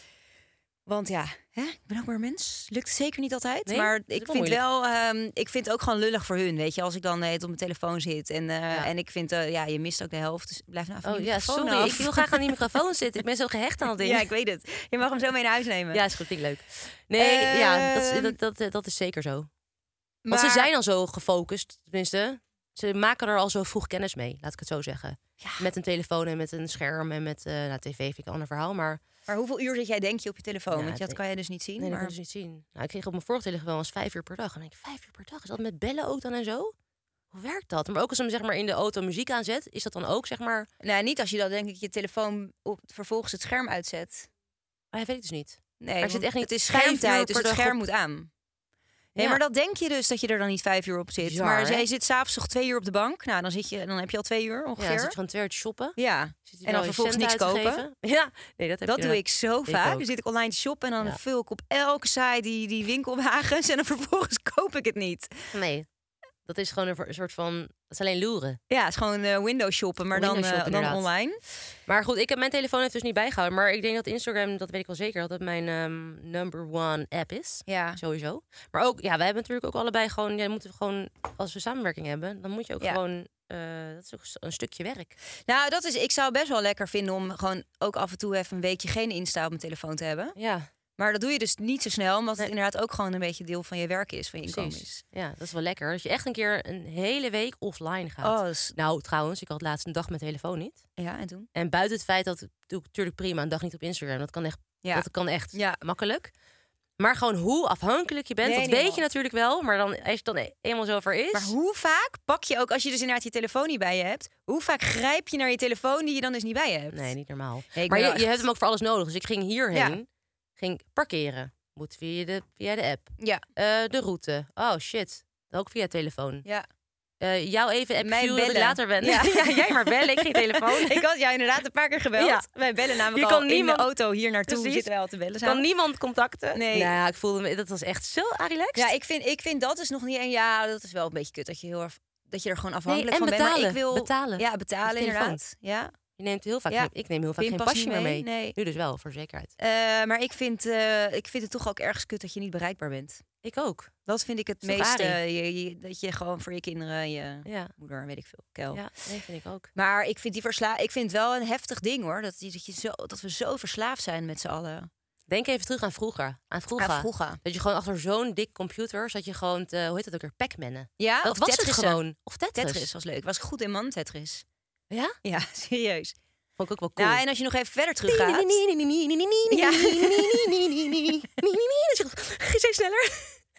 Want ja, hè, ik ben ook maar een mens. Lukt zeker niet altijd. Nee, maar ik vind moeilijk. wel, um, ik vind het ook gewoon lullig voor hun. Weet je, als ik dan uh, op mijn telefoon zit. En, uh, ja. en ik vind, uh, ja, je mist ook de helft. Dus blijf nou even oh, die ja, microfoon sorry. af. Ik wil graag aan die microfoon zitten. Ik ben zo gehecht aan dat ding. Ja, ik weet het. Je mag hem zo mee naar huis nemen. Ja, is goed. Vind ik leuk. Nee, uh, ja, dat is, dat, dat, dat is zeker zo. Maar... Want ze zijn al zo gefocust, tenminste. Ze maken er al zo vroeg kennis mee, laat ik het zo zeggen. Ja. Met een telefoon en met een scherm en met uh, nou, tv vind ik een ander verhaal. Maar, maar hoeveel uur zit jij denk je op je telefoon? Ja, Want dat kan je dus niet zien. Nee, maar... dat kan je dus niet zien. Nou, ik kreeg op mijn vorige telefoon was vijf uur per dag. En dan denk ik, vijf uur per dag? Is dat met bellen ook dan en zo? Hoe werkt dat? Maar ook als hem zeg maar in de auto muziek aanzet, is dat dan ook zeg maar... Nee, niet als je dan denk ik je telefoon op, vervolgens het scherm uitzet. Maar dat weet ik dus niet. Nee, maar zit echt niet het is schermtijd, dus het scherm op... moet aan. Nee, ja. maar dat denk je dus dat je er dan niet vijf uur op zit. Bizar, maar hè? jij zit s'avonds nog twee uur op de bank. Nou, dan, zit je, dan heb je al twee uur ongeveer. Ja, dan zit je gewoon twee uur te shoppen. Ja, en dan vervolgens niks kopen. Ja, nee, dat heb dat je doe ik zo ik vaak. ook. Dan zit ik online te shoppen en dan ja. vul ik op elke site die, die winkelwagens. En dan vervolgens koop ik het niet. Nee, dat is gewoon een soort van... Dat is alleen loeren. Ja, het is gewoon uh, window shoppen, maar window dan, shoppen, uh, dan online. Maar goed, ik heb mijn telefoon heeft dus niet bijgehouden. Maar ik denk dat Instagram, dat weet ik wel zeker, dat het mijn um, number one app is. Ja. Sowieso. Maar ook, ja, wij hebben natuurlijk ook allebei gewoon... Ja, moeten we gewoon, als we samenwerking hebben, dan moet je ook ja. gewoon... Uh, dat is ook een stukje werk. Nou, dat is, ik zou best wel lekker vinden om gewoon ook af en toe even een weekje geen Insta op mijn telefoon te hebben. Ja. Maar dat doe je dus niet zo snel, omdat nee. het inderdaad ook gewoon een beetje deel van je werk is, van je inkomen Precies. is. Ja, dat is wel lekker. Dat je echt een keer een hele week offline gaat. Oh, dus... Nou, trouwens, ik had laatst een dag mijn telefoon niet. Ja, en toen? En buiten het feit dat, doe ik natuurlijk prima, een dag niet op Instagram. Dat kan echt, ja. dat kan echt ja. makkelijk. Maar gewoon hoe afhankelijk je bent, nee, dat weet wel. Je natuurlijk wel. Maar dan, als het dan eenmaal zover is... Maar hoe vaak pak je ook, als je dus inderdaad je telefoon niet bij je hebt... hoe vaak grijp je naar je telefoon die je dan dus niet bij je hebt? Nee, niet normaal. Nee, maar je, echt... je hebt hem ook voor alles nodig. Dus ik ging hierheen, ja. ging parkeren. Moet via de, via de app. Ja. Uh, de route. Oh, shit. Ook via telefoon. Ja. Uh, jou even app Mij dat ik later ben. Ja. ja, jij maar bellen, ik geen telefoon. Ik had jou inderdaad een paar keer gebeld. Ja. Wij bellen namelijk je al kan niemand... in de auto hier naartoe. Precies. Zitten wij al te bellen. Je kan niemand contacten. Nee. Nou ja, ik voelde me... Dat was echt zo relaxed. Ja, ik vind, ik vind dat is nog niet... En ja, dat is wel een beetje kut. Dat je, heel erg, dat je er gewoon afhankelijk nee, en van betalen. bent. Maar ik wil, betalen. Ja, betalen inderdaad. Ja. Je neemt heel vaak... Ja. Ik neem heel vaak Pin geen pas pasje niet meer mee. mee. Nee. Nu dus wel, voor zekerheid. Uh, maar ik vind, uh, ik vind het toch ook ergens kut dat je niet bereikbaar bent. Ik ook. Dat vind ik het meeste. Je, je, dat je gewoon voor je kinderen, je ja. moeder, weet ik veel, kel. Ja, nee, vind ik ook. Maar ik vind die versla ik vind het wel een heftig ding hoor. Dat, dat, je zo, dat we zo verslaafd zijn met z'n allen. Denk even terug aan vroeger. Aan vroeger. Aan vroeger. Dat je gewoon achter zo'n dik computer zat je gewoon te, hoe heet dat ook weer, Pac-mannen. Ja, dat of was Tetris het gewoon. Of Tetris. Tetris was leuk. Was goed in man, Tetris. Ja? Ja, serieus. Vond ik ook wel cool. Ja, en als je nog even verder terug gaat. Ja. Steeds sneller.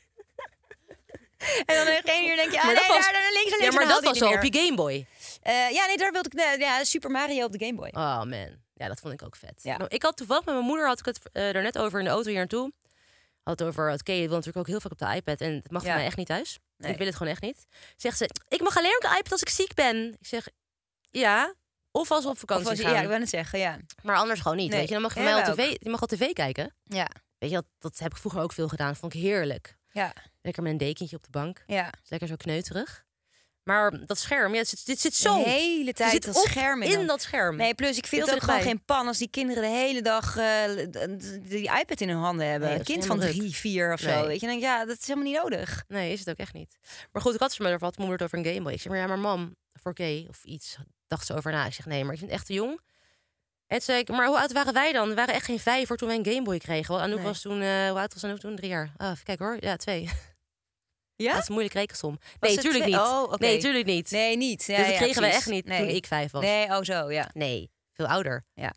En dan in geen uur denk je, ah, maar nee, dat was, daar, daar links en links. Ja, maar dat was zo meer. op je Game Boy. Uh, ja, nee, daar wilde ik... Uh, ja, Super Mario op de Game Boy. Oh man, ja, dat vond ik ook vet. Ja. Nou, ik had toevallig met mijn moeder, had ik het uh, er net over in de auto hier naartoe. Had het over, oké, je wil natuurlijk ook heel vaak op de iPad. En het mag ja. voor mij echt niet thuis. Nee. Ik wil het gewoon echt niet. Zegt ze, ik mag alleen op de iPad als ik ziek ben. Ik zeg, ja... Of als we op vakantie of als, gaan. Ja, ik wil het zeggen, ja. Maar anders gewoon niet. Nee. Weet je, dan mag je ja, mij op ook. tv, je mag op tv kijken. Ja. Weet je, dat, dat heb ik vroeger ook veel gedaan. Vond ik heerlijk. Ja. Lekker met een dekentje op de bank. Ja. Lekker zo kneuterig. Maar dat scherm, ja, dit zit, dit zit zo. De hele tijd zit dat op scherm in, in dan. dat scherm. Nee, plus ik vind Heel het ook gewoon dichtbij. geen pan als die kinderen de hele dag uh, die iPad in hun handen hebben. Nee, een dat is kind van helemaal drie, vier of Nee. zo. Weet je, dan denk ik, ja, dat is helemaal niet nodig. Nee, is het ook echt niet. Maar goed, ik had ze me wat moeder over een Game Boy. Ik zeg, maar ja, maar mam, voor K of iets. Dacht ze over na. Ik zeg, nee, maar ik vind het echt te jong. En toen zei ik, maar hoe oud waren wij dan? We waren echt geen vijf hoor, toen wij een Game Boy kregen. Anouk Nee. was toen, uh, hoe oud was Anouk toen? Drie jaar. Ah, even kijken hoor. Ja, twee. Ja? Dat is een moeilijke rekensom. Was Nee, het tuurlijk twee? niet. Oh, oké. Nee, tuurlijk niet. Nee, niet. Ja, dus dat ja, kregen wij precies. echt niet nee. toen ik vijf was. Nee, oh zo, ja. Nee, veel ouder. Ja.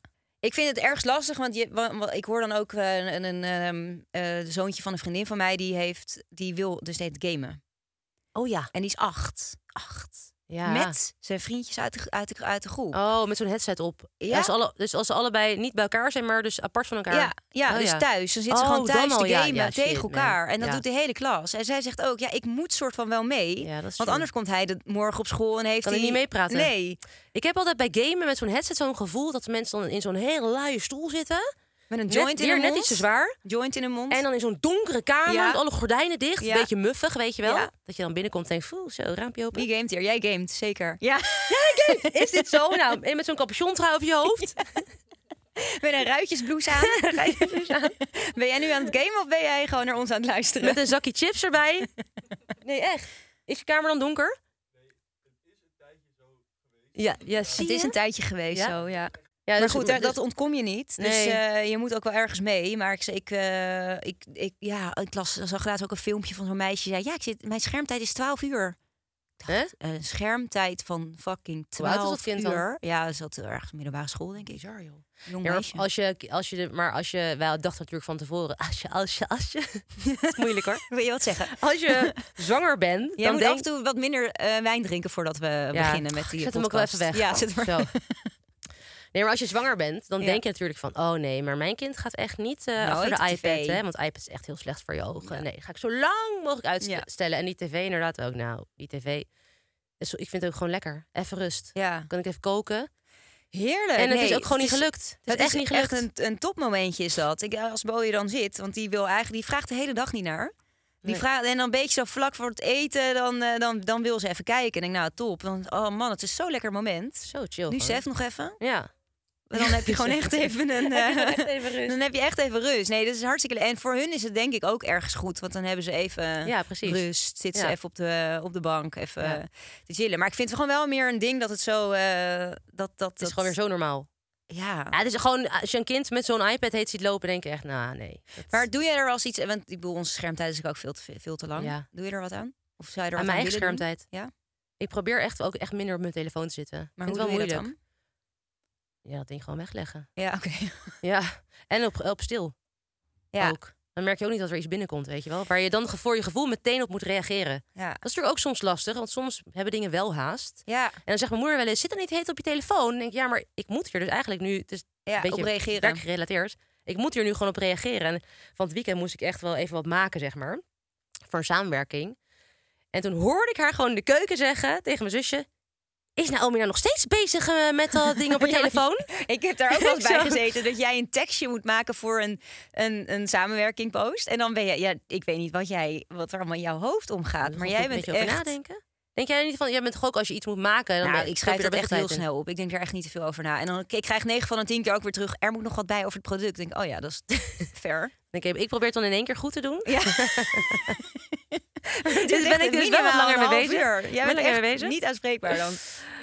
Ik vind het erg lastig, want je, wa- wa- ik hoor dan ook uh, een, een um, uh, zoontje van een vriendin van mij... die, heeft, die wil dus steeds gamen. Oh ja. En die is acht. Acht. ja. Met zijn vriendjes uit de, uit de, uit de groep. Oh, met zo'n headset op. Ja. Dus, alle, dus als ze allebei niet bij elkaar zijn, maar dus apart van elkaar. Ja, ja Oh, dus ja. thuis. Dan zitten ze Oh, gewoon thuis dan al, te ja. gamen Ja, shit, tegen elkaar. man. En dat Ja. doet de hele klas. En zij zegt ook, ja, ik moet soort van wel mee. Ja, dat is want true. anders komt hij de, morgen op school en heeft Kan hij... hij niet meepraten? Nee. Ik heb altijd bij gamen met zo'n headset zo'n gevoel... dat de mensen dan in zo'n hele luie stoel zitten. Met een Net, joint in weer de net mond. iets te zwaar. Joint in de mond. En dan in zo'n donkere kamer Ja. met alle gordijnen dicht. Ja. Een beetje muffig, weet je wel. Ja. Dat je dan binnenkomt en denkt, voel, zo, raampje open. Wie gamet hier? Jij gamet, zeker. Ja. Is dit zo? Nou, en met zo'n capuchontrui over je hoofd. Met een ruitjesblouse aan. Ben jij nu aan het gamen of ben jij gewoon naar ons aan het luisteren? Met een zakje chips erbij. Nee, echt. Is je kamer dan donker? Ja, ja, zie Het is je? een tijdje geweest Ja? zo, ja. Ja, Maar dus- goed, daar- dus- dat ontkom je niet. Dus Nee. eh, je moet ook wel ergens mee. Maar ik, ik, eh, ik, ik, ja, ik las, zag laatst ook een filmpje van zo'n meisje. Die zei, ja, ik zit, mijn schermtijd is twaalf uur. Hè? Een schermtijd van fucking Hoe oud is dat twaalf kind dan? uur. Ja, dat zat ergens middelbare school, denk ik. Bizar, joh. Jong Ja, maar meisje. als je, als je, de- maar als je, wij dachten natuurlijk van tevoren, als je, als je, als je, dat is moeilijk hoor. Wil je wat zeggen? Als je zwanger bent, Jij dan moet denk af en toe wat minder eh, wijn drinken voordat we Ja, beginnen met die zet hem ook wel podcast. even weg. Ja, zet hem maar. Zo. Nee, maar als je zwanger bent, dan Ja. denk je natuurlijk van... oh nee, maar mijn kind gaat echt niet eh achter Nooit de de iPad. tv. Hè, want iPad is echt heel slecht voor je ogen. Ja. Nee, ga ik zo lang mogelijk Ja. uitstellen. En die tv inderdaad ook. Nou, die tv... Is, ik vind het ook gewoon lekker. Even rust. Ja, Kan ik even koken. heerlijk. En het Nee, is ook gewoon niet is- gelukt. Het is Het echt niet gelukt. echt een, een topmomentje is dat. Ik, als Boje dan zit, want die wil eigenlijk, die vraagt de hele dag niet naar. Die Nee. vraagt, en dan een beetje zo vlak voor het eten, dan, eh, dan, dan wil ze even kijken. En ik denk, nou top. Dan, oh man, het is zo'n lekker moment. Zo chill. Nu gewoon. Sef nog even. Ja. En dan heb je gewoon echt even een... Heb je eh, echt even rust. dan heb je echt even rust. Nee, dat is hartstikke... En voor hun is het denk ik ook ergens goed. Want dan hebben ze even Ja, precies. rust. Zitten ze Ja. even op de, op de bank. Even Ja. eh, te chillen. Maar ik vind het gewoon wel meer een ding dat het zo... eh, dat, dat, Het is gewoon weer zo normaal. Ja. Ja, het is gewoon, als je een kind met zo'n iPad heet ziet lopen, denk je echt, nou nee. Dat- Maar doe jij er als iets... Want ik bedoel, onze schermtijd is ook veel te, veel te lang. Ja. Doe je er wat aan? Of zou je er aan wat mijn aan eigen willen doen? schermtijd. Ja? Ik probeer echt ook echt minder op mijn telefoon te zitten. Ik Maar vind hoe het doe wel je moeilijk. dat dan? Ja, dat ding gewoon wegleggen. Ja, oké. Ja, en op, op stil Ja. ook. Dan merk je ook niet dat er iets binnenkomt, weet je wel. Waar je dan ge- voor je gevoel meteen op moet reageren. Ja. Dat is natuurlijk ook soms lastig, want soms hebben dingen wel haast. Ja. En dan zegt mijn moeder wel eens, zit er niet heet op je telefoon? Dan denk ik, ja, maar ik moet hier dus eigenlijk nu... Het is Ja, een beetje op reageren. werkgerelateerd. Ik moet hier nu gewoon op reageren. En van het weekend moest ik echt wel even wat maken, zeg maar. Voor een samenwerking. En toen hoorde ik haar gewoon in de keuken zeggen tegen mijn zusje... Is Naomi nou nog steeds bezig eh, met dat ding op haar Ja, telefoon? Ik heb daar ook wel eens bij Zo. gezeten dat jij een tekstje moet maken voor een, een, een samenwerking post. En dan ben je, ja, ik weet niet wat, jij, wat er allemaal in jouw hoofd omgaat. Maar Gewoon jij een bent beetje over echt... nadenken. Denk jij niet van, jij bent toch ook als je iets moet maken... Dan Nou, ben- ik schrijf stop je dat er echt wel heel tijd in. snel op. Ik denk er echt niet te veel over na. En dan ik krijg negen van de tien keer ook weer terug. Er moet nog wat bij over het product. Ik denk, oh ja, dat is fair. Denk ik, ik probeer het dan in één keer goed te doen. Ja. Dus ben ik dus wel wat langer mee bezig. Jij Ben bent langer echt mee bezig? niet aanspreekbaar dan.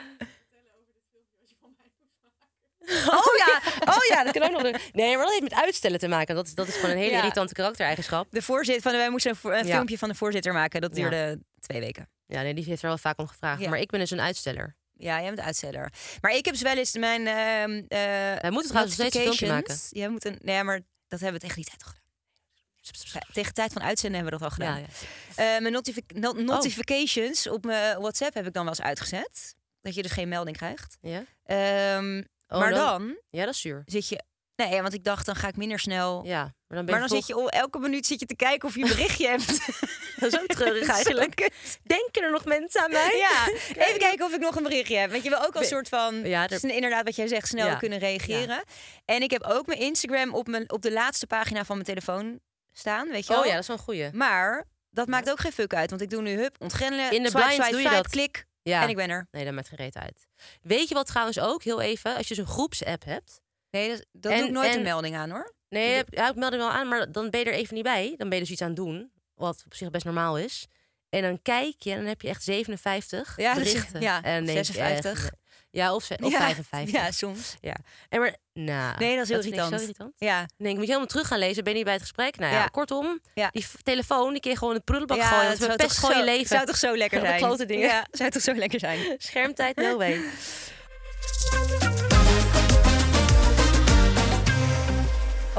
Oh ja, oh ja, dat kan ook nog doen. Nee, maar dat heeft met uitstellen te maken. Dat is, dat is gewoon een hele Ja. irritante karaktereigenschap. De voorzitter van wij moesten een, vo- een Ja. filmpje van de voorzitter maken. Dat Ja. duurde twee weken. Ja, nee, die heeft er wel vaak om gevraagd. Ja. Maar ik ben dus een uitsteller. Ja, jij bent de uitsteller. Maar ik heb dus wel eens mijn... ehm eh Wij moeten trouwens nog steeds een filmpje maken. notifications. Jij moet een, nee, maar dat hebben we tegen die tijd al gedaan. Ja, tegen de tijd van uitzenden hebben we dat al Ja, gedaan. ja. Eh, mijn notifi- no- notifications op mijn WhatsApp heb ik dan wel eens uitgezet. Dat je dus geen melding krijgt. Ja? Ehm, Oh, maar dan- dan Ja, dat is zuur. zit je... Nee, ja, want ik dacht, dan ga ik minder snel... Ja, maar dan ben Maar je dan vol- zit je oh, elke minuut zit je te kijken of je een berichtje hebt. Dat is ook treurig Zo eigenlijk. kut. Denken er nog mensen aan mij? Ja, even kijken of ik nog een berichtje heb. Want je wil ook al een soort van, Ja, er- sn- inderdaad wat jij zegt, snel Ja. kunnen reageren. En ik heb ook mijn Instagram op, mijn, op de laatste pagina van mijn telefoon staan, weet je wel. Oh ja, dat is wel een goeie. Maar dat maakt ook geen fuck uit, want ik doe nu hup, ontgrendelen, In de swipe, blinds swipe, doe je swipe, dat. klik Ja. en ik ben er. Nee, dat maakt geen reet uit. Weet je wat trouwens ook, heel even, als je zo'n groepsapp hebt... Nee, dat, dat En- doe ik nooit en- een melding aan hoor. Nee, Je heb- ja, ik meld hem wel aan, maar dan ben je er even niet bij. Dan ben je dus iets aan het doen, wat op zich best normaal is. En dan kijk je en dan heb je echt zevenenvijftig Ja, dat is- berichten. ja, en dan denk je zesenvijftig. echt, ja, of, ze- of Ja, vijfenvijftig. Ja, soms. Ja. En maar, nou, Nee, dat is heel vind ik irritant. zo irritant. Ja, Dan denk ik, moet je helemaal terug gaan lezen, ben je niet bij het gesprek? Nou ja, Ja. kortom, Ja. die f- telefoon, die kun je gewoon in de prullenbak ja gooien. dat Dat zou is best toch gewoon je zo- leven. Zou toch zo lekker Wat zijn? klote dingen. Ja, zou toch zo lekker zijn? Schermtijd, no way.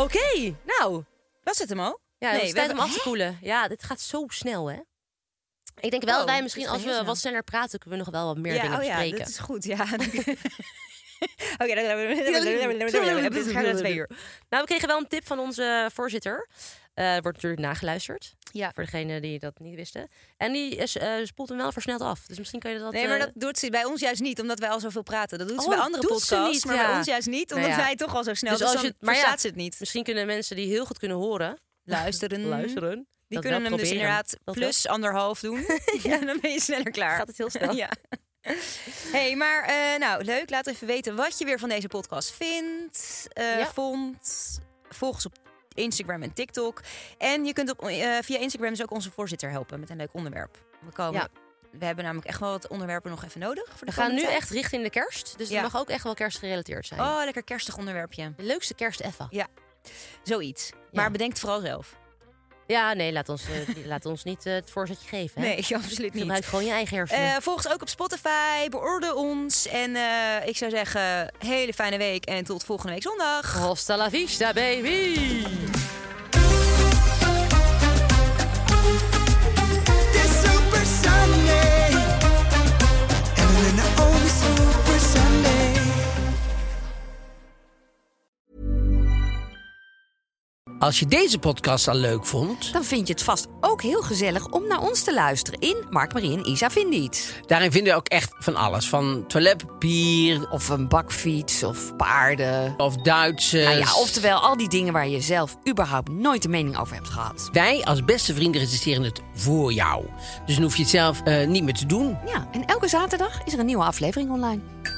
Oké, okay, nou. Was het hem al? Ja, nee, het is tijd hebben... om af te koelen. Ja, dit gaat zo snel, hè? Ik denk wel, oh, wij misschien als we wat sneller praten... kunnen we nog wel wat meer ja, dingen oh bespreken. Ja, dat is goed, ja. Oké, okay, dan gaan we naar twee uur. Nou, we kregen wel een tip van onze voorzitter. Uh, wordt natuurlijk nageluisterd. Ja. Voor degenen die dat niet wisten. En die uh, spoelt hem wel versneld af. Dus misschien kan je dat... Nee, maar uh... dat doet ze bij ons juist niet. Omdat wij al zoveel praten. Dat doet oh, ze bij andere podcasts. Niet, maar ja. bij ons juist niet. Omdat nou ja. wij toch al zo snel... Dus, dus als je, maar verstaat ja, ze het niet. Misschien kunnen mensen die heel goed kunnen horen... Luisteren. Luisteren. Die dat kunnen hem dus inderdaad dat plus wel. anderhalf doen. Ja, dan ben je sneller klaar. Gaat het heel snel. Ja. Hey, maar uh, nou, leuk. Laat even weten wat je weer van deze podcast vindt, uh, ja. vond. Volg ons op Instagram en TikTok. En je kunt op, uh, via Instagram dus ook onze voorzitter helpen met een leuk onderwerp. We, komen, ja. we hebben namelijk echt wel wat onderwerpen nog even nodig. Voor de we gaan nu tijd. echt richting de kerst. Dus ja. het mag ook echt wel kerstgerelateerd zijn. Oh, lekker kerstig onderwerpje. De leukste kerst ever. Ja, zoiets. Ja. Maar bedenk het vooral zelf. Ja, nee, laat ons, uh, laat ons niet uh, het voorzetje geven. Hè? Nee, absoluut niet. Gebruik gewoon je eigen hersenen. Uh, volg ons ook op Spotify, beoordeel ons. En uh, ik zou zeggen, hele fijne week en tot volgende week zondag. Hasta la vista, baby! Als je deze podcast al leuk vond... dan vind je het vast ook heel gezellig om naar ons te luisteren in Mark, Marie en Isa Vinden Iets. Daarin vinden we ook echt van alles. Van toiletpapier... of een bakfiets, of paarden... of Duitsers. Nou ja, oftewel al die dingen waar je zelf überhaupt nooit een mening over hebt gehad. Wij als beste vrienden recenseren het voor jou. Dus dan hoef je het zelf uh, niet meer te doen. Ja, en elke zaterdag is er een nieuwe aflevering online.